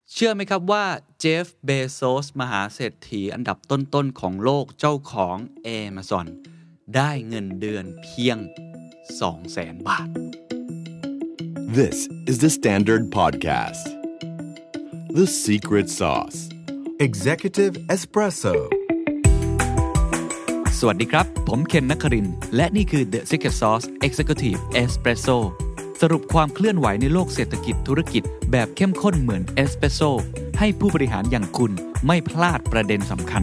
เชื่อไหมครับว่าเจฟ เบโซสมหาเศรษฐีอันดับต้นๆของโลกเจ้าของ Amazon ได้เงินเดือนเพียง 200,000 บาท This is the Standard Podcast. The Secret Sauce. Executive Espresso. สวัสดีครับผมเคนนักครินทร์และนี่คือ The Secret Sauce Executive Espresso สรุปความเคลื่อนไหวในโลกเศรษฐกิจธุรกิจแบบเข้มข้นเหมือนเอสเปรสโซ่ให้ผู้บริหารอย่างคุณไม่พลาดประเด็นสำคัญ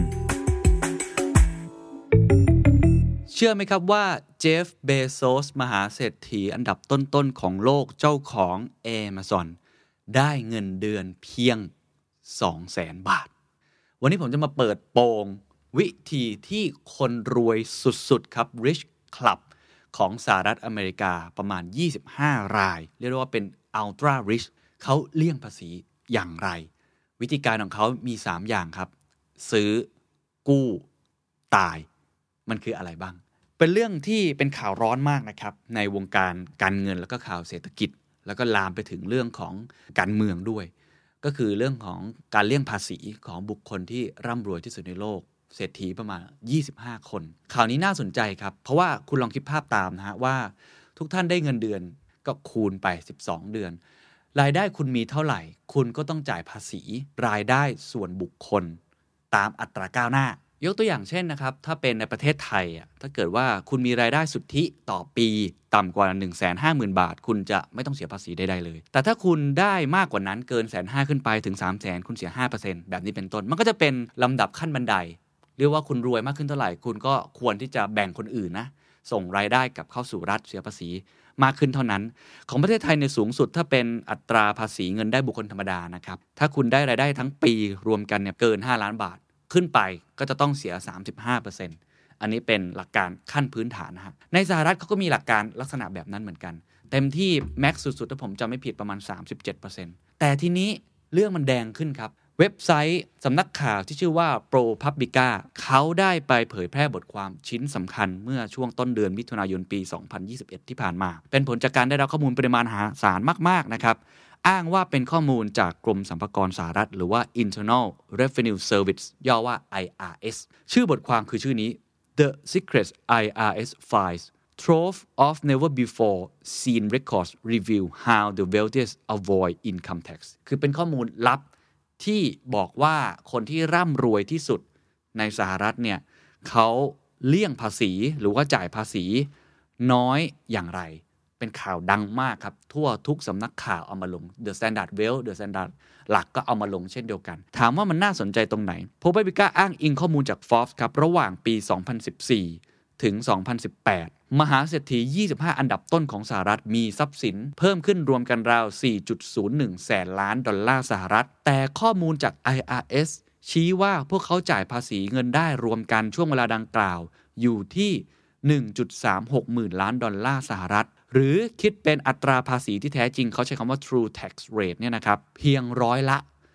เชื่อไหมครับว่าเจฟ เบโซสมหาเศรษฐีอันดับต้นๆของโลกเจ้าของ Amazon ได้เงินเดือนเพียง 200,000 บาทวันนี้ผมจะมาเปิดโปงวิธีที่คนรวยสุดๆครับ Rich Club ของสหรัฐอเมริกาประมาณ25รายเรียกว่าเป็น Ultra Rich เขาเลี่ยงภาษีอย่างไรวิธีการของเขามี3อย่างครับซื้อกู้ตายมันคืออะไรบ้างเป็นเรื่องที่เป็นข่าวร้อนมากนะครับในวงการการเงินแล้วก็ข่าวเศรษฐกิจแล้วก็ลามไปถึงเรื่องของการเมืองด้วยก็คือเรื่องของการเลี่ยงภาษีของบุคคลที่ร่ำรวยที่สุดในโลกเศรษฐีประมาณ25คนข่าวนี้น่าสนใจครับเพราะว่าคุณลองคิดภาพตามนะฮะว่าทุกท่านได้เงินเดือนก็คูณไป12เดือนรายได้คุณมีเท่าไหร่คุณก็ต้องจ่ายภาษีรายได้ส่วนบุคคลตามอัตราก้าวหน้ายกตัวอย่างเช่นนะครับถ้าเป็นในประเทศไทยถ้าเกิดว่าคุณมีรายได้สุทธิต่อปีต่ำกว่า 150,000 บาทคุณจะไม่ต้องเสียภาษีใดๆเลยแต่ถ้าคุณได้มากกว่านั้นเกิน 150,000 ขึ้นไปถึง 300,000 คุณเสีย 5% แบบนี้เป็นต้นมันก็จะเป็นลำดับขั้นบันไดเรียกว่าคุณรวยมากขึ้นเท่าไหร่คุณก็ควรที่จะแบ่งคนอื่นนะส่งรายได้กลับเข้าสู่รัฐเสียภาษีมากขึ้นเท่านั้นของประเทศไทยในสูงสุดถ้าเป็นอัตราภาษีเงินได้บุคคลธรรมดานะครับถ้าคุณได้รายได้ทั้งปีรวมกันเนี่ยเกิน5ล้านบาทขึ้นไปก็จะต้องเสีย 35% อันนี้เป็นหลักการขั้นพื้นฐานนะฮะในสหรัฐเขาก็มีหลักการลักษณะแบบนั้นเหมือนกันเต็มที่แม็กซ์สุดๆถ้าผมจำไม่ผิดประมาณ 37% แต่ทีนี้เรื่องมันแดงขึ้นครับเว็บไซต์สำนักข่าวที่ชื่อว่า ProPublica เขาได้ไปเผยแพร่บทความชิ้นสำคัญเมื่อช่วงต้นเดือนมิถุนายนปี 2021 ที่ผ่านมาเป็นผลจากการได้รับข้อมูลปริมาณมหาศาลมากๆนะครับอ้างว่าเป็นข้อมูลจากกรมสรรพากรสหรัฐหรือว่า Internal Revenue Service ย่อว่า IRS ชื่อบทความคือชื่อนี้ The Secret IRS Files Trove of Never Before Seen Records Reveal How the Wealthiest Avoid Income Tax คือเป็นข้อมูลลับที่บอกว่าคนที่ร่ำรวยที่สุดในสหรัฐเนี่ยเขาเลี่ยงภาษีหรือว่าจ่ายภาษีน้อยอย่างไรเป็นข่าวดังมากครับทั่วทุกสำนักข่าวเอามาลง The Standard Well The Standard หลักก็เอามาลงเช่นเดียวกันถามว่ามันน่าสนใจตรงไหนProPublicaอ้างอิงข้อมูลจาก Forbes ครับระหว่างปี 2014 ถึง 2018 มหาเศรษฐี 25 อันดับต้นของสหรัฐมีทรัพย์สินเพิ่มขึ้นรวมกันราว 4.01 แสนล้านดอลลาร์สหรัฐแต่ข้อมูลจาก IRS ชี้ว่าพวกเขาจ่ายภาษีเงินได้รวมกันช่วงเวลาดังกล่าวอยู่ที่ 1.36 หมื่นล้านดอลลาร์สหรัฐหรือคิดเป็นอัตราภาษีที่แท้จริงเขาใช้คำว่า true tax rate เนี่ยนะครับเพียงร้อยละ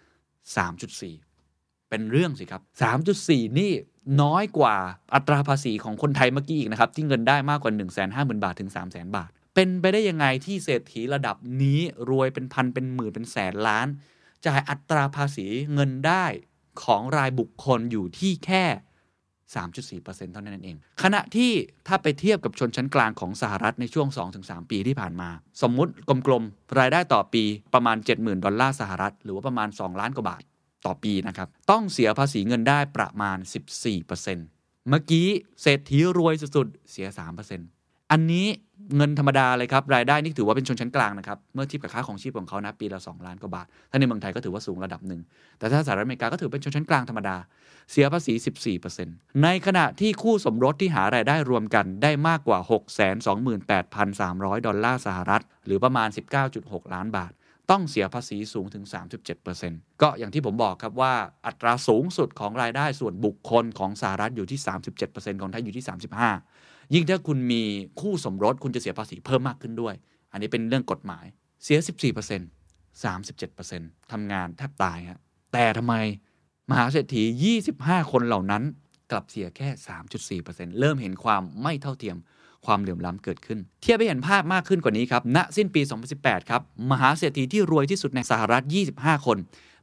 3.4 เป็นเรื่องสิครับ 3.4 นี่น้อยกว่าอัตราภาษีของคนไทยเมื่อกี้อีกนะครับที่เงินได้มากกว่า 150,000 บาทถึง 300,000 บาทเป็นไปได้ยังไงที่เศรษฐีระดับนี้รวยเป็นพันเป็นหมื่นเป็นแสนล้านจ่ายอัตราภาษีเงินได้ของรายบุคคลอยู่ที่แค่ 3.4% เท่านั้นเองขณะที่ถ้าไปเทียบกับชนชั้นกลางของสหรัฐในช่วง 2-3 ปีที่ผ่านมาสมมุติกลมๆรายได้ต่อปีประมาณ 70,000 ดอลลาร์สหรัฐหรือว่าประมาณ2ล้านกว่าบาทต่อปีนะครับต้องเสียภาษีเงินได้ประมาณ 14% เมื่อกี้เศรษฐีรวยสุดๆเสีย 3% อันนี้เงินธรรมดาเลยครับรายได้นี่ถือว่าเป็นชนชั้นกลางนะครับเมื่อเทียบกับค่าของชีพของเขานะปีละ2ล้านกว่าบาทถ้าในเมืองไทยก็ถือว่าสูงระดับหนึ่งแต่ถ้าสหรัฐอเมริกาก็ถือเป็นชนชั้นกลางธรรมดาเสียภาษี 14% ในขณะที่คู่สมรสที่หารายได้รวมกันได้มากกว่า 628,300 ดอลลาร์สหรัฐหรือประมาณ 19.6 ล้านบาทต้องเสียภาษีสูงถึง 37% ก็อย่างที่ผมบอกครับว่าอัตราสูงสุดของรายได้ส่วนบุคคลของสหรัฐอยู่ที่ 37% ของไทยอยู่ที่ 35%ยิ่งถ้าคุณมีคู่สมรสคุณจะเสียภาษีเพิ่มมากขึ้นด้วยอันนี้เป็นเรื่องกฎหมายเสีย 14% 37% ทำงานแทบตายครับแต่ทำไมมหาเศรษฐี25คนเหล่านั้นกลับเสียแค่ 3.4% เริ่มเห็นความไม่เท่าเทียมความเหลื่อมล้ำเกิดขึ้นเทียบให้เห็นภาพมากขึ้นกว่านี้ครับณสิ้นปี 2018 ครับมหาเศรษฐีที่รวยที่สุดในสหรัฐ25คน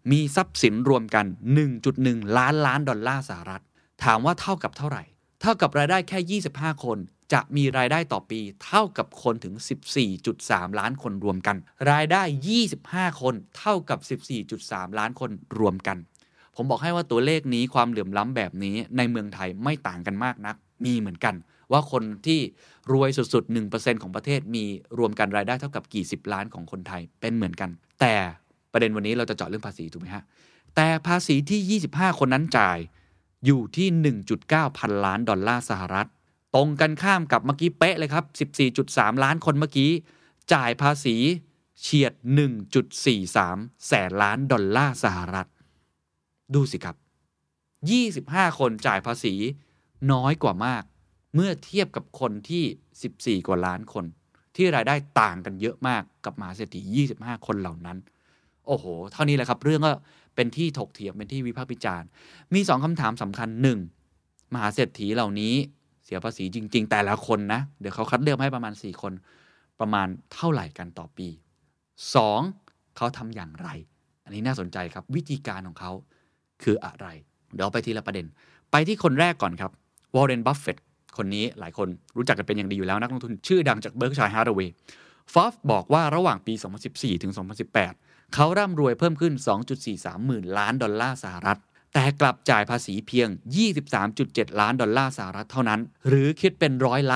มีทรัพย์สินรวมกัน 1.1 ล้านดอลลาร์สหรัฐถามว่าเท่ากับเท่าไหร่เท่ากับรายได้แค่25คนจะมีรายได้ต่อปีเท่ากับคนถึง 14.3 ล้านคนรวมกันรายได้25คนเท่ากับ 14.3 ล้านคนรวมกันผมบอกให้ว่าตัวเลขนี้ความเหลื่อมล้ำแบบนี้ในเมืองไทยไม่ต่างกันมากนักมีเหมือนกันว่าคนที่รวยสุดๆ 1% ของประเทศมีรวมกันรายได้เท่ากับกี่สิบล้านของคนไทยเป็นเหมือนกันแต่ประเด็นวันนี้เราจะเจาะเรื่องภาษีถูกไหมฮะแต่ภาษีที่25คนนั้นจ่ายอยู่ที่ 1.9 พันล้านดอลลาร์สหรัฐตรงกันข้ามกับเมื่อกี้เป๊ะเลยครับ 14.3 ล้านคนเมื่อกี้จ่ายภาษีเฉียด 1.43 แสนล้านดอลลาร์สหรัฐดูสิครับ25คนจ่ายภาษีน้อยกว่ามากเมื่อเทียบกับคนที่14กว่าล้านคนที่รายได้ต่างกันเยอะมากกับมหาเศรษฐี25คนเหล่านั้นโอ้โหเท่านี้แหละครับเรื่องก็เป็นที่ถกเถียงเป็นที่วิพากษ์วิจารณ์มี2คำถามสำคัญ1มหาเศรษฐีเหล่านี้เสียภาษีจริงๆแต่ละคนนะเดี๋ยวเขาคัดเลือกให้ประมาณ4คนประมาณเท่าไหร่กันต่อปี2เขาทำอย่างไรอันนี้น่าสนใจครับวิธีการของเขาคืออะไรเดี๋ยวไปทีละประเด็นไปที่คนแรกก่อนครับวอร์เรน บัฟเฟตต์คนนี้หลายคนรู้จักกันเป็นอย่างดีอยู่แล้วนักลงทุนชื่อดังจากเบิร์กชัยฮาร์ทเวย์ฟอฟบอกว่าระหว่างปี 2014 ถึง 2018 เขาร่ำรวยเพิ่มขึ้น 2.43 หมื่นล้านดอลลาร์สหรัฐแต่กลับจ่ายภาษีเพียง 23.7 ล้านดอลลาร์สหรัฐเท่านั้นหรือคิดเป็นร้อยละ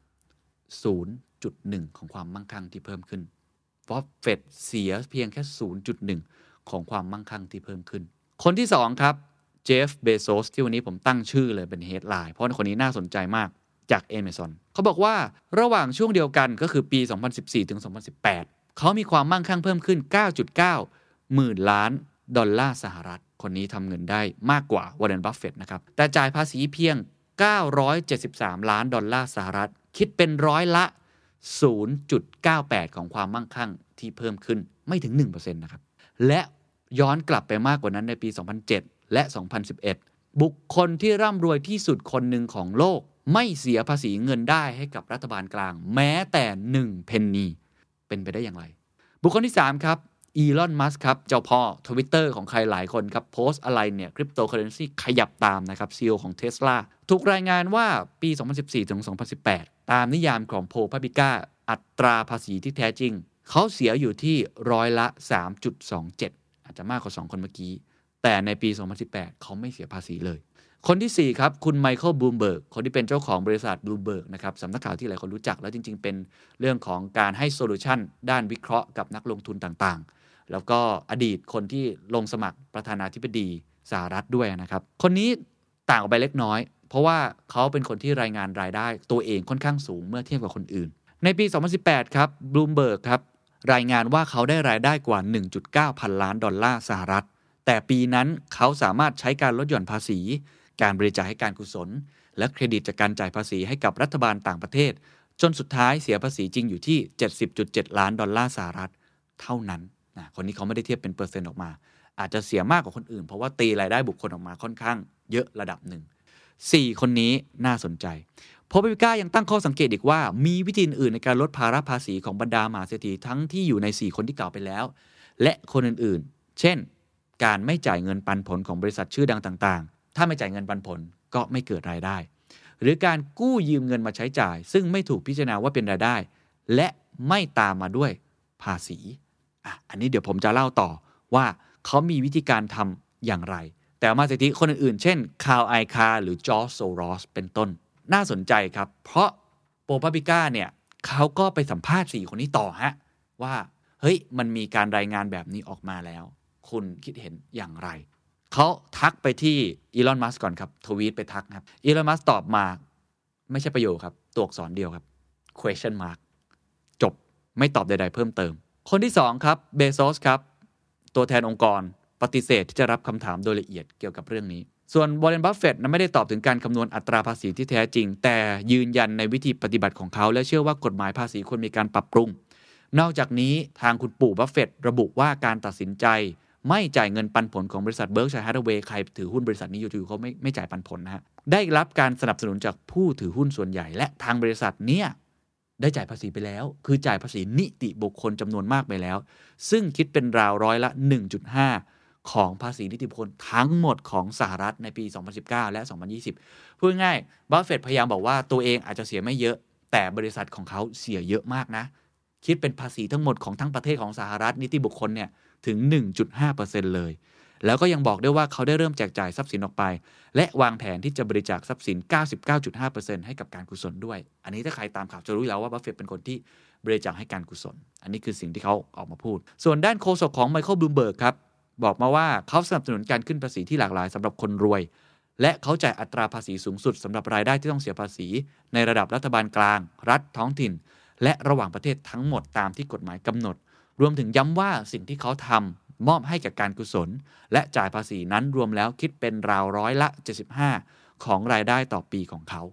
0.1 ของความมั่งคั่งที่เพิ่มขึ้นฟอฟเฟตต์เสียเพียงแค่ 0.1 ของความมั่งคั่งที่เพิ่มขึ้นคนที่2ครับเจฟ เบโซสที่วันนี้ผมตั้งชื่อเลยเป็นเฮดไลน์เพราะคนนี้น่าสนใจมากจาก Amazon เขาบอกว่าระหว่างช่วงเดียวกันก็คือปี 2014 ถึง 2018 เขามีความมั่งคั่งเพิ่มขึ้น 9.9 หมื่นล้านดอลลาร์สหรัฐคนนี้ทำเงินได้มากกว่าวอร์เรน บัฟเฟตต์นะครับแต่จ่ายภาษีเพียง 973 ล้านดอลลาร์สหรัฐคิดเป็นร้อยละ 0.98 ของความมั่งคั่งที่เพิ่มขึ้นไม่ถึง 1% นะครับและย้อนกลับไปมากกว่านั้นในปี 2007 และ 2011 บุคคลที่ร่ำรวยที่สุดคนหนึ่งของโลกไม่เสียภาษีเงินได้ให้กับรัฐบาลกลางแม้แต่1เพนนีเป็นไปได้อย่างไรบุคคลที่3ครับอีลอน มัสก์ครับเจ้าพ่อ Twitter ของใครหลายคนครับโพสต์อะไรเนี่ยคริปโตเคอเรนซีขยับตามนะครับ CEO ของ Tesla ถูกรายงานว่าปี 2014 ถึง 2018 ตามนิยามของโพล Papica อัตราภาษีที่แท้จริงเขาเสียอยู่ที่ร้อยละ 3.27 อาจจะมากกว่า2คนเมื่อกี้แต่ในปี 2018 เขาไม่เสียภาษีเลยคนที่4ครับคุณไมเคิล บลูมเบิร์กคนที่เป็นเจ้าของบริษัทบลูมเบิร์กนะครับสำนักข่าวที่หลายคนรู้จักแล้วจริงๆเป็นเรื่องของการให้โซลูชันด้านวิเคราะห์กับนักลงทุนต่างๆแล้วก็อดีตคนที่ลงสมัครประธานาธิบดีสหรัฐด้วยนะครับคนนี้ต่างออกไปเล็กน้อยเพราะว่าเขาเป็นคนที่รายงานรายได้ตัวเองค่อนข้างสูงเมื่อเทียบกับคนอื่นในปี 2018 ครับบลูมเบิร์กครับรายงานว่าเขาได้รายได้กว่า 1.9 พันล้านดอลลาร์สหรัฐแต่ปีนั้นเขาสามารถใช้การลดหย่อนภาษีการบริจาคให้การกุศลและเครดิตจากการจ่ายภาษีให้กับรัฐบาลต่างประเทศจนสุดท้ายเสียภาษีจริงอยู่ที่ 70.7 ล้านดอลลาร์สหรัฐเท่านั้นนะคนนี้เขาไม่ได้เทียบเป็นเปอร์เซ็นต์ออกมาอาจจะเสียมากกว่าคนอื่นเพราะว่าตีรายได้บุคคลออกมาค่อนข้างเยอะระดับหนึ่ง4คนนี้น่าสนใจโพล Papica ยังตั้งข้อสังเกตอีกว่ามีวิธีอื่นในการลดภาระภาษีของบรรดามหาเศรษฐีทั้งที่อยู่ใน4คนที่กล่าวไปแล้วและคนอื่นๆเช่นการไม่จ่ายเงินปันผลของบริษัทชื่อดังต่างๆถ้าไม่จ่ายเงินปันผลก็ไม่เกิดรายได้หรือการกู้ยืมเงินมาใช้จ่ายซึ่งไม่ถูกพิจารณาว่าเป็นรายได้และไม่ตามมาด้วยภาษีอันนี้เดี๋ยวผมจะเล่าต่อว่าเขามีวิธีการทำอย่างไรแต่มาเศรษฐีคนอื่นๆเช่นคาร์ล ไอคาร์หรือจอร์จ โซรอสเป็นต้นน่าสนใจครับเพราะโพล Papica เนี่ยเขาก็ไปสัมภาษณ์4คนนี้ต่อฮะว่าเฮ้ยมันมีการรายงานแบบนี้ออกมาแล้วคุณคิดเห็นอย่างไรเขาทักไปที่อีลอน มัสก์ก่อนครับทวีตไปทักครับอีลอน มัสก์ตอบมาไม่ใช่ประโยคครับตัวอักษรเดียวครับ question mark จบไม่ตอบใดๆเพิ่มเติมคนที่2ครับเบโซสครับตัวแทนองค์กรปฏิเสธที่จะรับคำถามโดยละเอียดเกี่ยวกับเรื่องนี้ส่วนวอร์เรน บัฟเฟตต์นั้นไม่ได้ตอบถึงการคำนวณอัตราภาษีที่แท้จริงแต่ยืนยันในวิธีปฏิบัติของเขาและเชื่อว่ากฎหมายภาษีควรมีการปรับปรุงนอกจากนี้ทางคุณปู่บัฟเฟตต์ระบุว่าการตัดสินใจไม่จ่ายเงินปันผลของบริษัทเบิร์กชัยฮาร์ทเวย์ใครถือหุ้นบริษัทนี้อยู่เขาไม่จ่ายปันผลนะฮะได้รับการสนับสนุนจากผู้ถือหุ้นส่วนใหญ่และทางบริษัทเนี่ยได้จ่ายภาษีไปแล้วคือจ่ายภาษีนิติบุคคลจำนวนมากไปแล้วซึ่งคิดเป็นราวร้อยละ 1.5 ของภาษีนิติบุคคลทั้งหมดของสหรัฐในปี 2019 และ 2020 พูดง่ายๆบัฟเฟตต์พยายามบอกว่าตัวเองอาจจะเสียไม่เยอะแต่บริษัทของเขาเสียเยอะมากนะคิดเป็นภาษีทั้งหมดของทั้งประเทศของสหรัฐนิติบุคคลเนี่ยถึง 1.5% เลยแล้วก็ยังบอกด้วยว่าเขาได้เริ่มแจกจ่ายทรัพย์สินออกไปและวางแผนที่จะบริจาคทรัพย์สิน 99.5% ให้กับการกุศลด้วยอันนี้ถ้าใครตามข่าวจะรู้แล้วว่าบัฟเฟตต์เป็นคนที่บริจาคให้การกุศลอันนี้คือสิ่งที่เขาออกมาพูดส่วนด้านโฆษกของไมเคิล บลูมเบิร์กครับบอกมาว่าเขาสนับสนุนการขึ้นภาษีที่หลากหลายสำหรับคนรวยและเขาจ่ายอัตราภาษีสูงสุดสำหรับรายได้ที่ต้องเสียภาษีในระดับรัฐบาลกลางรัฐท้องถิ่นและระหว่างประเทศทั้งหมดตามที่กฎหมายกำหนดรวมถึงย้ำว่าสิ่งที่เขาทำมอบให้กับการกุศลและจ่ายภาษีนั้นรวมแล้วคิดเป็นราวร้อยละ 75 ของรายได้ต่อปีของเขา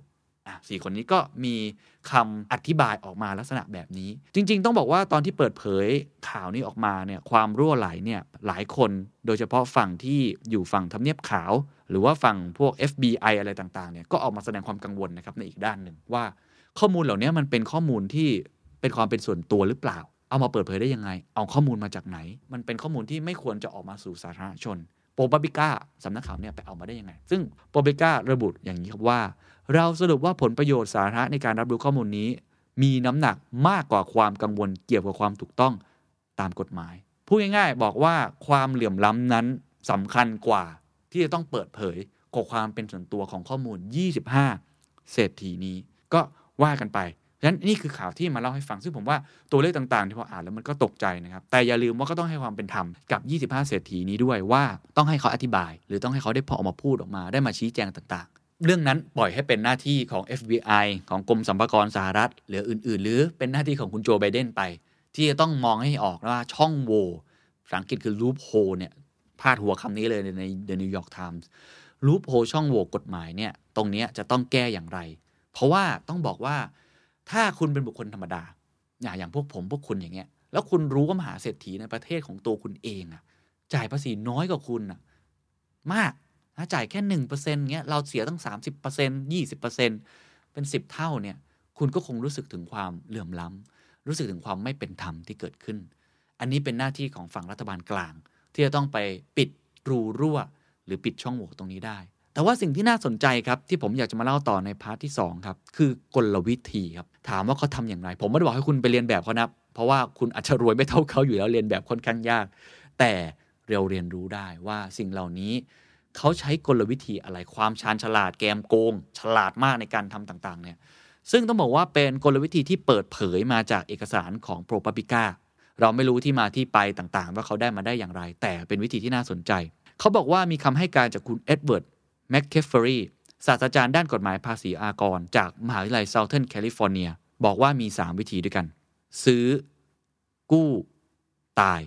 4 คนนี้ก็มีคำอธิบายออกมาลักษณะแบบนี้จริงๆต้องบอกว่าตอนที่เปิดเผยข่าวนี้ออกมาเนี่ยความรั่วไหลเนี่ยหลายคนโดยเฉพาะฝั่งที่อยู่ฝั่งทำเนียบขาวหรือว่าฝั่งพวก FBI อะไรต่างๆเนี่ยก็ออกมาแสดงความกังวลนะครับในอีกด้านหนึ่งว่าข้อมูลเหล่านี้มันเป็นข้อมูลที่เป็นความเป็นส่วนตัวหรือเปล่าเอามาเปิดเผยได้ยังไงเอาข้อมูลมาจากไหนมันเป็นข้อมูลที่ไม่ควรจะออกมาสู่สาธารณชนโปรบาบิก้าสำนักข่าวเนี่ยไปเอามาได้ยังไงซึ่งโปรบาบิก้าระบุอย่างนี้ครับว่าเราสรุปว่าผลประโยชน์สาธารณะในการรับรู้ข้อมูลนี้มีน้ำหนักมากกว่าความกังวลเกี่ยวกับความถูกต้องตามกฎหมายพูดง่ายๆบอกว่าความเหลื่อมล้ำนั้นสำคัญกว่าที่จะต้องเปิดเผยกับความเป็นส่วนตัวของข้อมูล25เศรษฐีนี้ก็ว่ากันไปฉะนั้นนี่คือข่าวที่มาเล่าให้ฟังซึ่งผมว่าตัวเลขต่างๆที่พออ่านแล้วมันก็ตกใจนะครับแต่อย่าลืมว่าก็ต้องให้ความเป็นธรรมกับ25เศรษฐีนี้ด้วยว่าต้องให้เขาอธิบายหรือต้องให้เขาได้พอออกมาพูดออกมาได้มาชี้แจงต่างๆเรื่องนั้นปล่อยให้เป็นหน้าที่ของ FBI ของกรมสรรพากรสหรัฐหรืออื่นๆหรือเป็นหน้าที่ของคุณโจไบเดนไปที่จะต้องมองให้ออกว่าช่องโหว่ภาษาอังกฤษคือ loophole เนี่ยพาดหัวคำนี้เลยใน The New York Times loophole ช่องโหว่กฎหมายเนี่ยตรงนี้จะต้องแก้อย่างไรเพราะว่าต้องบอกว่าถ้าคุณเป็นบุคคลธรรมดาอย่างพวกผมพวกคุณอย่างเงี้ยแล้วคุณรู้ว่ามหาเศรษฐีในประเทศของตัวคุณเองจ่ายภาษีน้อยกว่าคุณมากถ้าจ่ายแค่ 1% เงี้ยเราเสียตั้ง 30% 20% เป็น10เท่าเนี่ยคุณก็คงรู้สึกถึงความเหลื่อมล้ำรู้สึกถึงความไม่เป็นธรรมที่เกิดขึ้นอันนี้เป็นหน้าที่ของฝั่งรัฐบาลกลางที่จะต้องไปปิดรูรั่วหรือปิดช่องโหว่ตรงนี้ได้แต่ว่าสิ่งที่น่าสนใจครับที่ผมอยากจะมาเล่าต่อในพาร์ทที่2ครับคือกลวิธีครับถามว่าเขาทำอย่างไรผมไม่ได้บอกให้คุณไปเรียนแบบเขานะเพราะว่าคุณอาจจะรวยไม่เท่าเขาอยู่แล้วเรียนแบบค่อนข้างยากแต่เราเรียนรู้ได้ว่าสิ่งเหล่านี้เขาใช้กลวิธีอะไรความชาญฉลาดแกมโกงฉลาดมากในการทำต่างๆเนี่ยซึ่งต้องบอกว่าเป็นกลวิธีที่เปิดเผยมาจากเอกสารของโปรปาปิก้าเราไม่รู้ที่มาที่ไปต่างๆว่าเขาได้มาได้อย่างไรแต่เป็นวิธีที่น่าสนใจเขาบอกว่ามีคำให้การจากคุณเอ็ดเวิร์ดแมคเคฟเฟอรีศาสตราจารย์ด้านกฎหมายภาษีอากรจากมหาวิทยาลัย Southern California บอกว่ามี3วิธีด้วยกันซื้อกู้ตาย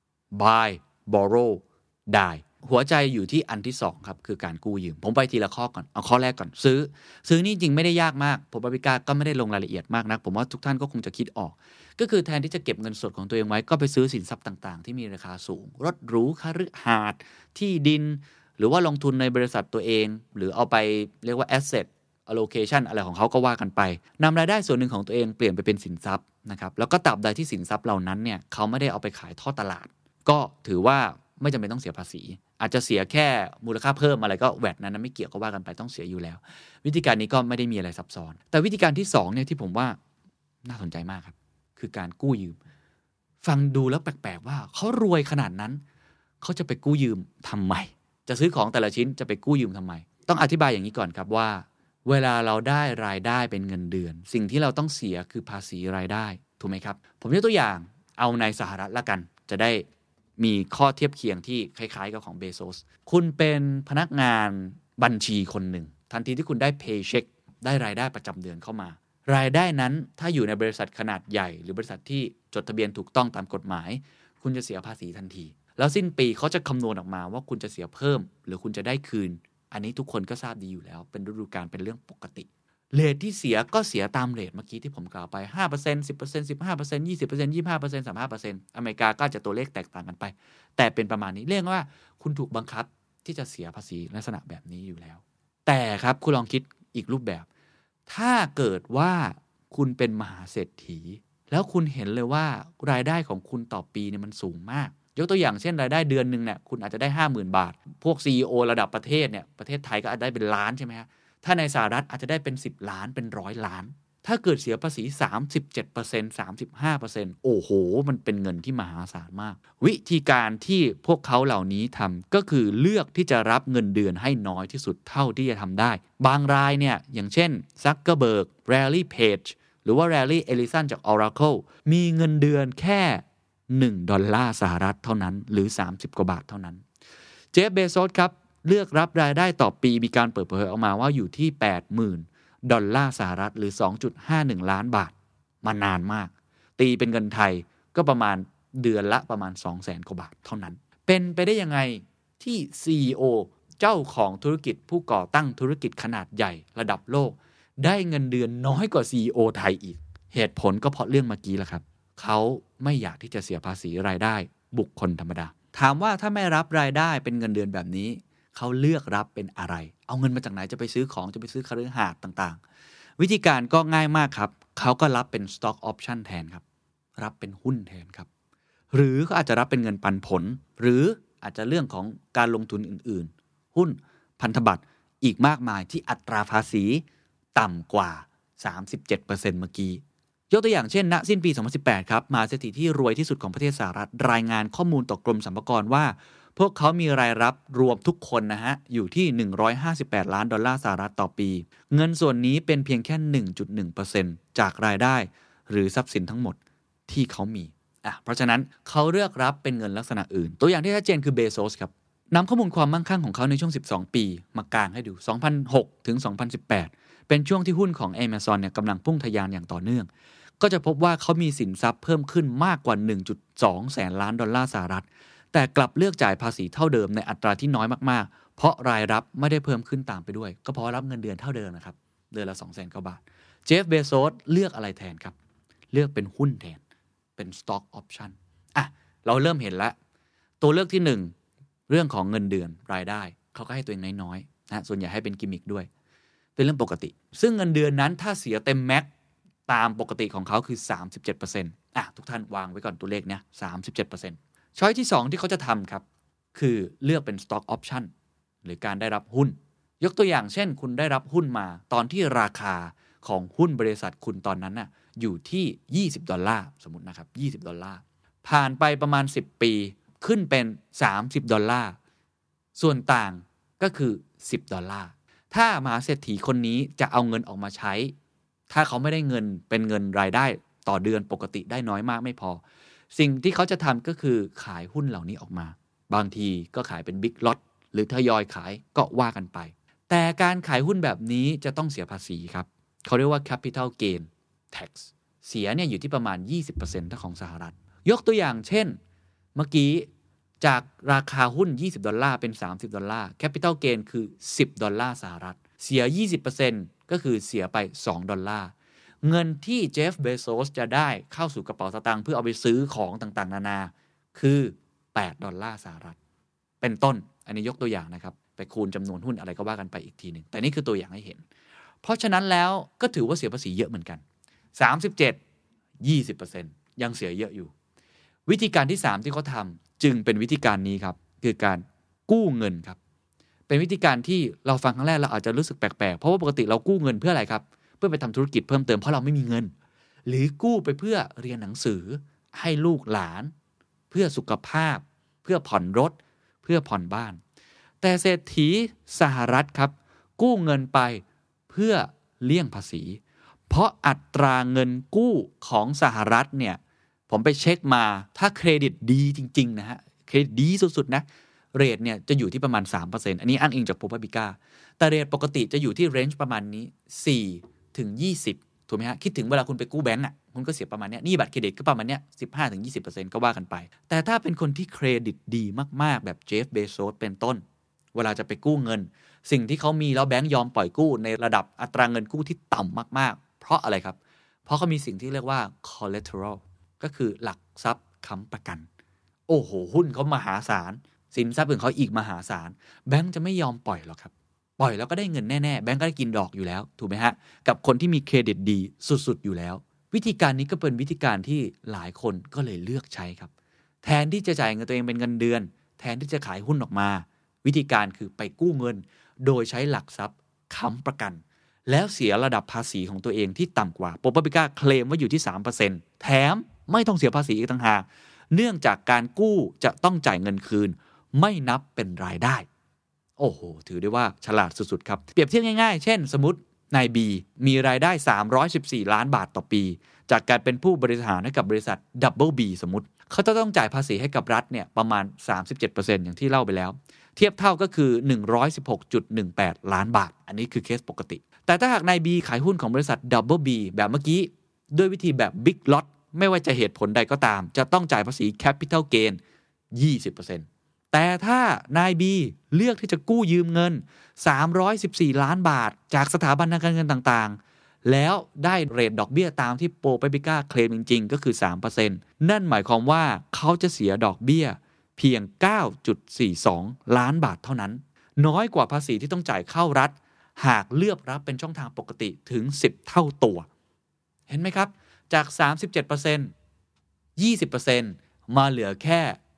buy borrow die หัวใจอยู่ที่อันที่2ครับคือการกู้ยืมผมไปทีละข้อก่อนเอาข้อแรกก่อนซื้อนี่จริงไม่ได้ยากมากผมปาปิก้าก็ไม่ได้ลงรายละเอียดมากนักผมว่าทุกท่านก็คงจะคิดออกก็คือแทนที่จะเก็บเงินสดของตัวเองไว้ก็ไปซื้อสินทรัพย์ต่างๆที่มีราคาสูงรถหรูคฤหาสน์ที่ดินหรือว่าลงทุนในบริษัทตัวเองหรือเอาไปเรียกว่า asset allocation อะไรของเขาก็ว่ากันไปนำรายได้ส่วนหนึ่งของตัวเองเปลี่ยนไปเป็นสินทรัพย์นะครับแล้วก็ตราบใดที่สินทรัพย์เหล่านั้นเนี่ยเขาไม่ได้เอาไปขายทอดตลาดก็ถือว่าไม่จำเป็นต้องเสียภาษีอาจจะเสียแค่มูลค่าเพิ่มอะไรก็แวตนั้นไม่เกี่ยวก็ว่ากันไปต้องเสียอยู่แล้ววิธีการนี้ก็ไม่ได้มีอะไรซับซ้อนแต่วิธีการที่2เนี่ยที่ผมว่าน่าสนใจมากครับคือการกู้ยืมฟังดูแล้วแปลกๆว่าเขารวยขนาดนั้นเขาจะไปกู้ยืมทำไมจะซื้อของแต่ละชิ้นจะไปกู้ยืมทำไมต้องอธิบายอย่างนี้ก่อนครับว่าเวลาเราได้รายได้เป็นเงินเดือนสิ่งที่เราต้องเสียคือภาษีรายได้ถูกไหมครับผมยกตัวอย่างเอาในสหรัฐละกันจะได้มีข้อเทียบเคียงที่คล้ายๆกับของเบโซสคุณเป็นพนักงานบัญชีคนหนึ่งทันทีที่คุณได้เพย์เช็คได้รายได้ประจำเดือนเข้ามารายได้นั้นถ้าอยู่ในบริษัทขนาดใหญ่หรือบริษัทที่จดทะเบียนถูกต้องตามกฎหมายคุณจะเสียภาษีทันทีแล้วสิ้นปีเขาจะคำนวณออกมาว่าคุณจะเสียเพิ่มหรือคุณจะได้คืนอันนี้ทุกคนก็ทราบดีอยู่แล้วเป็นฤดูกาลเป็นเรื่องปกติเรทที่เสียก็เสียตามเรทเมื่อกี้ที่ผมกล่าวไป 5% 10% 15% 20% 25% 35% อเมริกาก็จะตัวเลขแตกต่างกันไปแต่เป็นประมาณนี้เรียกว่าคุณถูกบังคับที่จะเสียภาษีลักษณะแบบนี้อยู่แล้วแต่ครับคุณลองคิดอีกรูปแบบถ้าเกิดว่าคุณเป็นมหาเศรษฐีแล้วคุณเห็นเลยว่ารายได้ของคุณต่อปีเนี่ยมันสูงมากยกตัวอย่างเช่นรายได้เดือนนึงเนี่ยคุณอาจจะได้ 50,000 บาทพวก CEO ระดับประเทศเนี่ยประเทศไทยก็อาจจะได้เป็นล้านใช่ไหมฮะถ้าในสหรัฐอาจจะได้เป็น10 ล้านเป็น100 ล้านถ้าเกิดเสียภาษี 37% 35% โอ้โหมันเป็นเงินที่มหาศาลมากวิธีการที่พวกเขาเหล่านี้ทำก็คือเลือกที่จะรับเงินเดือนให้น้อยที่สุดเท่าที่จะทำได้บางรายเนี่ยอย่างเช่นซักเกอร์เบิร์กแรลลี่เพจหรือว่าแรลลี่เอลิสันจาก Oracle มีเงินเดือนแค่$1 สหรัฐเท่านั้นหรือ30 กว่าบาทเท่านั้นเจฟ เบโซสครับเลือกรับรายได้ต่อปีมีการเปิดเผยออกมาว่าอยู่ที่$80,000 สหรัฐหรือ 2.51 ล้านบาทมานานมากตีเป็นเงินไทยก็ประมาณเดือนละประมาณ 200,000 กว่าบาทเท่านั้นเป็นไปได้ยังไงที่ CEO เจ้าของธุรกิจผู้ก่อตั้งธุรกิจขนาดใหญ่ระดับโลกได้เงินเดือนน้อยกว่า CEO ไทยอีกเหตุผลก็เพราะเรื่องเมื่อกี้แหละครับเขาไม่อยากที่จะเสียภาษีรายได้บุคคลธรรมดาถามว่าถ้าไม่รับรายได้เป็นเงินเดือนแบบนี้เขาเลือกรับเป็นอะไรเอาเงินมาจากไหนจะไปซื้อของจะไปซื้อคฤหาสน์ต่างๆวิธีการก็ง่ายมากครับเขาก็รับเป็น stock option แทนครับรับเป็นหุ้นแทนครับหรือเขาอาจจะรับเป็นเงินปันผลหรืออาจจะเรื่องของการลงทุนอื่นๆหุ้นพันธบัตรอีกมากมายที่อัตราภาษีต่ำกว่า 37% เมื่อกี้ยกตัวอย่างเช่นณสิ้นปี 2018 ครับมหาเศรษฐีที่รวยที่สุดของประเทศสหรัฐรายงานข้อมูลต่อกรมสรรพากรว่าพวกเขามีรายรับรวมทุกคนนะฮะอยู่ที่$158 ล้านสหรัฐต่อปีเงินส่วนนี้เป็นเพียงแค่ 1.1% จากรายได้หรือทรัพย์สินทั้งหมดที่เขามีเพราะฉะนั้นเขาเลือกรับเป็นเงินลักษณะอื่นตัวอย่างที่ชัดเจนคือเบโซสครับนำข้อมูลความมั่งคั่งของเขาในช่วง12 ปีมากางให้ดู 2006 ถึง 2018 เป็นช่วงที่หุ้นของ Amazon เนี่ยกำลังพุ่งทะยานอย่างต่อเนื่องก็จะพบว่าเขามีสินทรัพย์เพิ่มขึ้นมากกว่า 1.2 แสนล้านดอลลาร์สหรัฐแต่กลับเลือกจ่ายภาษีเท่าเดิมในอัตราที่น้อยมากๆเพราะรายรับไม่ได้เพิ่มขึ้นตามไปด้วยก็เพราะรับเงินเดือนเท่าเดิมนะครับเดือนละ 200,000 กว่าบาทเจฟ เบโซสเลือกอะไรแทนครับเลือกเป็นหุ้นแทนเป็น stock option เราเริ่มเห็นแล้วตัวเลือกที่1เรื่องของเงินเดือนรายได้เขาก็ให้ตัวเองน้อยๆนะส่วนใหญ่ให้เป็นกิมมิคด้วยเป็นเรื่องปกติซึ่งเงินเดือนนั้นถ้าเสียเต็มแม็กตามปกติของเขาคือ 37% ทุกท่านวางไว้ก่อนตัวเลขเนี่ย 37% ช้อยที่2ที่เขาจะทำครับคือเลือกเป็น stock option หรือการได้รับหุ้นยกตัวอย่างเช่นคุณได้รับหุ้นมาตอนที่ราคาของหุ้นบริษัทคุณตอนนั้นน่ะอยู่ที่$20สมมุตินะครับ$20ผ่านไปประมาณ10ปีขึ้นเป็น$30ส่วนต่างก็คือ$10ถ้ามหาเศรษฐีคนนี้จะเอาเงินออกมาใช้ถ้าเขาไม่ได้เงินเป็นเงินรายได้ต่อเดือนปกติได้น้อยมากไม่พอสิ่งที่เขาจะทำก็คือขายหุ้นเหล่านี้ออกมาบางทีก็ขายเป็นบิ๊กล็อตหรือทยอยขายก็ว่ากันไปแต่การขายหุ้นแบบนี้จะต้องเสียภาษีครับเขาเรียกว่า capital gain tax เสียเนี่ยอยู่ที่ประมาณ 20% ถ้าของสหรัฐยกตัวอย่างเช่นเมื่อกี้จากราคาหุ้น$20เป็น$30 capital gain คือ$10สหรัฐเสีย 20% ก็คือเสียไป$2เงินที่เจฟ เบโซสจะได้เข้าสู่กระเป๋าสตางค์เพื่อเอาไปซื้อของต่างๆนานาคือ$8สหรัฐเป็นต้นอันนี้ยกตัวอย่างนะครับไปคูณจำนวนหุ้นอะไรก็ว่ากันไปอีกทีนึงแต่นี่คือตัวอย่างให้เห็นเพราะฉะนั้นแล้วก็ถือว่าเสียภาษีเยอะเหมือนกัน37 20% ยังเสียเยอะอยู่วิธีการที่3ที่เขาทำจึงเป็นวิธีการนี้ครับคือการกู้เงินครับเป็นวิธีการที่เราฟังครั้งแรกเราอาจจะรู้สึกแปลกๆเพราะว่าปกติเรากู้เงินเพื่ออะไรครับเพื่อไปทำธุรกิจเพิ่มเติมเพราะเราไม่มีเงินหรือกู้ไปเพื่อเรียนหนังสือให้ลูกหลานเพื่อสุขภาพเพื่อผ่อนรถเพื่อผ่อนบ้านแต่เศรษฐีสหรัฐครับกู้เงินไปเพื่อเลี่ยงภาษีเพราะอัตราเงินกู้ของสหรัฐเนี่ยผมไปเช็คมาถ้าเครดิตดีจริงๆนะฮะเครดิตดีสุดๆนะเรทเนี่ยจะอยู่ที่ประมาณ 3% อันนี้อ้างอิงจาก Propublica แต่เรทปกติจะอยู่ที่เรนจ์ประมาณนี้4 ถึง 20ถูกไหมฮะคิดถึงเวลาคุณไปกู้แบงก์คุณก็เสียประมาณนี้นี่บัตรเครดิตก็ประมาณนี้ 15 ถึง 20% ก็ว่ากันไปแต่ถ้าเป็นคนที่เครดิตดีมากๆแบบเจฟ เบโซสเป็นต้นเวลาจะไปกู้เงินสิ่งที่เขามีแล้วแบงก์ยอมปล่อยกู้ในระดับอัตราเงินกู้ที่ต่ำมากๆเพราะอะไรครับเพราะเขามีสิ่งที่เรียกว่า collateral ก็คือหลักทรัพย์ค้ำประกันโอ้โหหุ้นเขามหาศาลสินทรัพย์อื่นเขาอีกมหาศาลแบงก์จะไม่ยอมปล่อยหรอกครับปล่อยแล้วก็ได้เงินแน่ๆแบงก์ก็ได้กินดอกอยู่แล้วถูกไหมฮะกับคนที่มีเครดิตดีสุดๆอยู่แล้ววิธีการนี้ก็เป็นวิธีการที่หลายคนก็เลยเลือกใช้ครับแทนที่จะจ่ายเงินตัวเองเป็นเงินเดือนแทนที่จะขายหุ้นออกมาวิธีการคือไปกู้เงินโดยใช้หลักทรัพย์ค้ำประกันแล้วเสียระดับภาษีของตัวเองที่ต่ำกว่าProPublicaเคลมว่าอยู่ที่ 3% แถมไม่ต้องเสียภาษีอีกต่างหากเนื่องจากการกู้จะต้องจ่ายเงินคืนไม่นับเป็นรายได้โอ้โหถือได้ว่าฉลาดสุดๆครับเปรียบเทียบง่ายๆเช่นสมมตินาย B มีรายได้314ล้านบาทต่อปีจากการเป็นผู้บริหารให้กับบริษัท Double B สมมติเขาจะต้องจ่ายภาษีให้กับรัฐเนี่ยประมาณ 37% อย่างที่เล่าไปแล้วเทียบเท่าก็คือ 116.18 ล้านบาทอันนี้คือเคสปกติแต่ถ้าหากนาย B ขายหุ้นของบริษัท Double B แบบเมื่อกี้ด้วยวิธีแบบ Big Lot ไม่ว่าจะเหตุผลใดก็ตามจะต้องจ่ายภาษี Capital Gain 20%แต่ถ้านาย B เลือกที่จะกู้ยืมเงิน314ล้านบาทจากสถาบันทางการเงินต่างๆแล้วได้เรทดอกเบี้ยตามที่ProPublicaเคลมจริงๆก็คือ 3% นั่นหมายความว่าเขาจะเสียดอกเบี้ยเพียง 9.42 ล้านบาทเท่านั้นน้อยกว่าภาษีที่ต้องจ่ายเข้ารัฐหากเลือกรับเป็นช่องทางปกติถึง10เท่าตัวเห็นไหมครับจาก 37% 20% มาเหลือแค่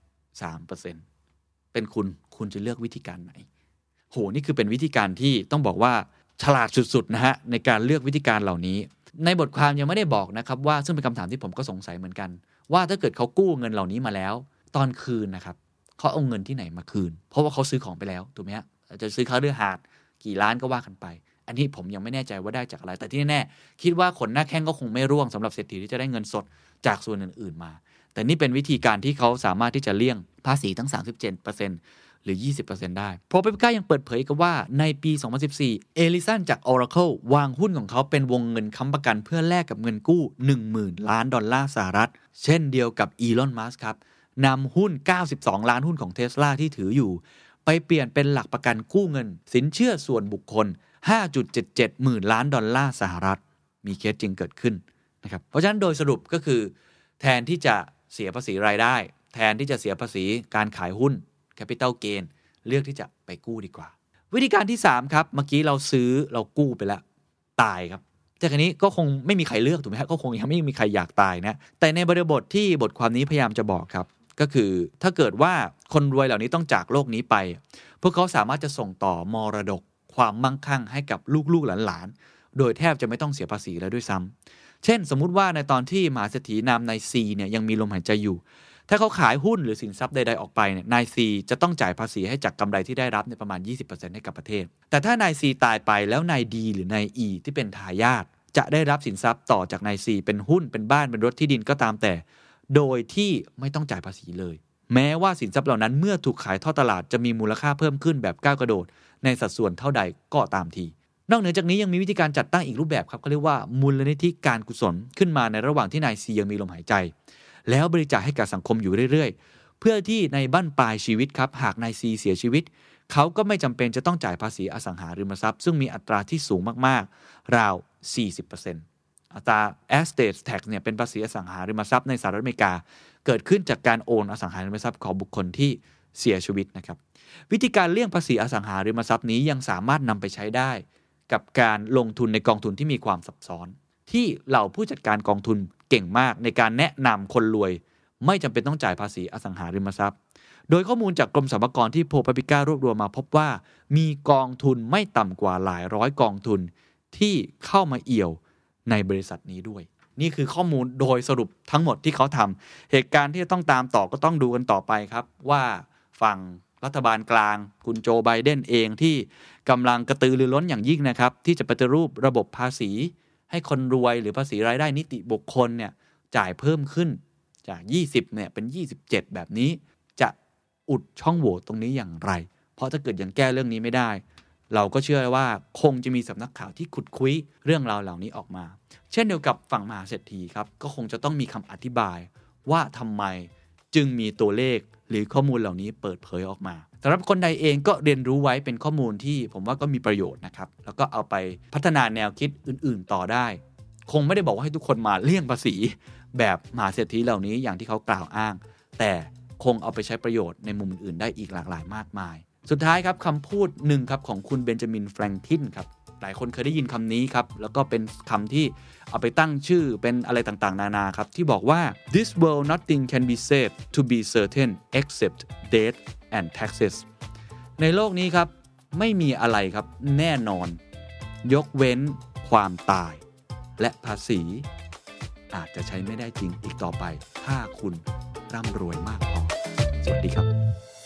3% เป็นคุณจะเลือกวิธีการไหนโหนี่คือเป็นวิธีการที่ต้องบอกว่าฉลาดสุดๆนะฮะในการเลือกวิธีการเหล่านี้ในบทความยังไม่ได้บอกนะครับว่าซึ่งเป็นคำถามที่ผมก็สงสัยเหมือนกันว่าถ้าเกิดเขากู้เงินเหล่านี้มาแล้วตอนคืนนะครับเขาเอาเงินที่ไหนมาคืนเพราะว่าเขาซื้อของไปแล้วถูกไหมฮะจะซื้อคฤหาสน์กี่ล้านก็ว่ากันไปอันนี้ผมยังไม่แน่ใจว่าได้จากอะไรแต่ที่แน่ๆคิดว่าขนหน้าแข้งก็คงไม่ร่วงสำหรับเศรษฐีที่จะได้เงินสดจากส่วนอื่นๆมาแต่นี่เป็นวิธีการที่เขาสามารถที่จะเลี่ยงภาษีทั้ง 37% หรือ 20% ได้ProPublicaยังเปิดเผยกับว่าในปี 2014 เอลิสันจาก Oracle วางหุ้นของเขาเป็นวงเงินค้ำประกันเพื่อแลกกับเงินกู้ 10,000 ล้านดอลลาร์สหรัฐเช่นเดียวกับอีลอนมัสก์ครับนำหุ้น92ล้านหุ้นของ Tesla ที่ถืออยู่ไปเปลี่ยนเป็นหลักประกันกู้เงินสินเชื่อส่วนบุคคล 5.77 หมื่นล้านดอลลาร์สหรัฐมีเคสจริงเกิดขึ้นนะครับเพราะฉะนั้นโดยสรุปก็คือแทนที่จะเสียภาษีรายได้แทนที่จะเสียภาษีการขายหุ้น Capital Gain เลือกที่จะไปกู้ดีกว่าวิธีการที่3ครับเมื่อกี้เรากู้ไปแล้วตายครับแต่คราวนี้ก็คงไม่มีใครเลือกถูกไหมครับก็คงยังไม่มีใครอยากตายนะแต่ในบริบทที่บทความนี้พยายามจะบอกครับก็คือถ้าเกิดว่าคนรวยเหล่านี้ต้องจากโลกนี้ไปพวกเขาสามารถจะส่งต่อมรดกความมั่งคั่งให้กับลูกๆหลานๆโดยแทบจะไม่ต้องเสียภาษีแล้วด้วยซ้ำเช่นสมมุติว่าในตอนที่มหาเศรษฐีนามนายซีเนี่ยยังมีลมหายใจอยู่ถ้าเขาขายหุ้นหรือสินทรัพย์ใดๆออกไปเนี่ยนายซีจะต้องจ่ายภาษีให้จากกำไรที่ได้รับในประมาณ 20% ให้กับประเทศแต่ถ้านายซีตายไปแล้วนายดีหรือนายอีที่เป็นทายาทจะได้รับสินทรัพย์ต่อจากนายซีเป็นหุ้นเป็นบ้านเป็นรถที่ดินก็ตามแต่โดยที่ไม่ต้องจ่ายภาษีเลยแม้ว่าสินทรัพย์เหล่านั้นเมื่อถูกขายทอดตลาดจะมีมูลค่าเพิ่มขึ้นแบบก้าวกระโดดในสัดส่วนเท่าใดก็ตามทีนอกเหนือจากนี้ยังมีวิธีการจัดตั้งอีกรูปแบบครับเขาเรียกว่ามูลนิธิการกุศลขึ้นมาในระหว่างที่นายซียังมีลมหายใจแล้วบริจาคให้กับสังคมอยู่เรื่อยๆเพื่อที่ในบั้นปลายชีวิตครับหากนายซีเสียชีวิตเขาก็ไม่จำเป็นจะต้องจ่ายภาษีอสังหาริมทรัพย์ซึ่งมีอัตราที่สูงมากๆราว 40% อัตรา estate tax เนี่ยเป็นภาษีอสังหาริมทรัพย์ในสหรัฐอเมริกาเกิดขึ้นจากการโอนอสังหาริมทรัพย์ของบุคคลที่เสียชีวิตนะครับวิธีการเลี่ยงภาษีอสังหาริมทรัพย์นี้ยังสามารถนำไปใช้ได้กับการลงทุนในกองทุนที่มีความซับซ้อนที่เหล่าผู้จัดการกองทุนเก่งมากในการแนะนำคนรวยไม่จำเป็นต้องจ่ายภาษีอสังหาริมทรัพย์โดยข้อมูลจากกรมสรรพากรที่ProPublicaรวบรวมมาพบว่ามีกองทุนไม่ต่ำกว่าหลายร้อยกองทุนที่เข้ามาเอี่ยวในบริษัทนี้ด้วยนี่คือข้อมูลโดยสรุปทั้งหมดที่เขาทำเหตุการณ์ที่จะต้องตามต่อก็ต้องดูกันต่อไปครับว่าฝั่งรัฐบาลกลางคุณโจไบเดนเองที่กำลังกระตือรือร้นอย่างยิ่งนะครับที่จะปฏิรูประบบภาษีให้คนรวยหรือภาษีรายได้นิติบุคคลเนี่ยจ่ายเพิ่มขึ้นจาก20เนี่ยเป็น27แบบนี้จะอุดช่องโหว่ตรงนี้อย่างไรเพราะถ้าเกิดยังแก้เรื่องนี้ไม่ได้เราก็เชื่อว่าคงจะมีสำนักข่าวที่ขุดคุยเรื่องราวเหล่านี้ออกมาเช่นเดียวกับฝั่งมหาเศรษฐีครับก็คงจะต้องมีคำอธิบายว่าทำไมจึงมีตัวเลขหรือข้อมูลเหล่านี้เปิดเผยออกมาสำหรับคนใดเองก็เรียนรู้ไว้เป็นข้อมูลที่ผมว่าก็มีประโยชน์นะครับแล้วก็เอาไปพัฒนาแนวคิดอื่นๆต่อได้คงไม่ได้บอกว่าให้ทุกคนมาเลี่ยงภาษีแบบมหาเศรษฐีเหล่านี้อย่างที่เขากล่าวอ้างแต่คงเอาไปใช้ประโยชน์ในมุมอื่นๆได้อีกหลากหลายมากมายสุดท้ายครับคำพูดหนึ่งครับของคุณเบนจามินแฟรงคลินครับหลายคนเคยได้ยินคำนี้ครับแล้วก็เป็นคำที่เอาไปตั้งชื่อเป็นอะไรต่างๆนานาครับที่บอกว่า this world nothing can be said to be certain except death and taxes ในโลกนี้ครับไม่มีอะไรครับแน่นอนยกเว้นความตายและภาษีอาจจะใช้ไม่ได้จริงอีกต่อไปถ้าคุณร่ำรวยมากพอสวัสดีครับ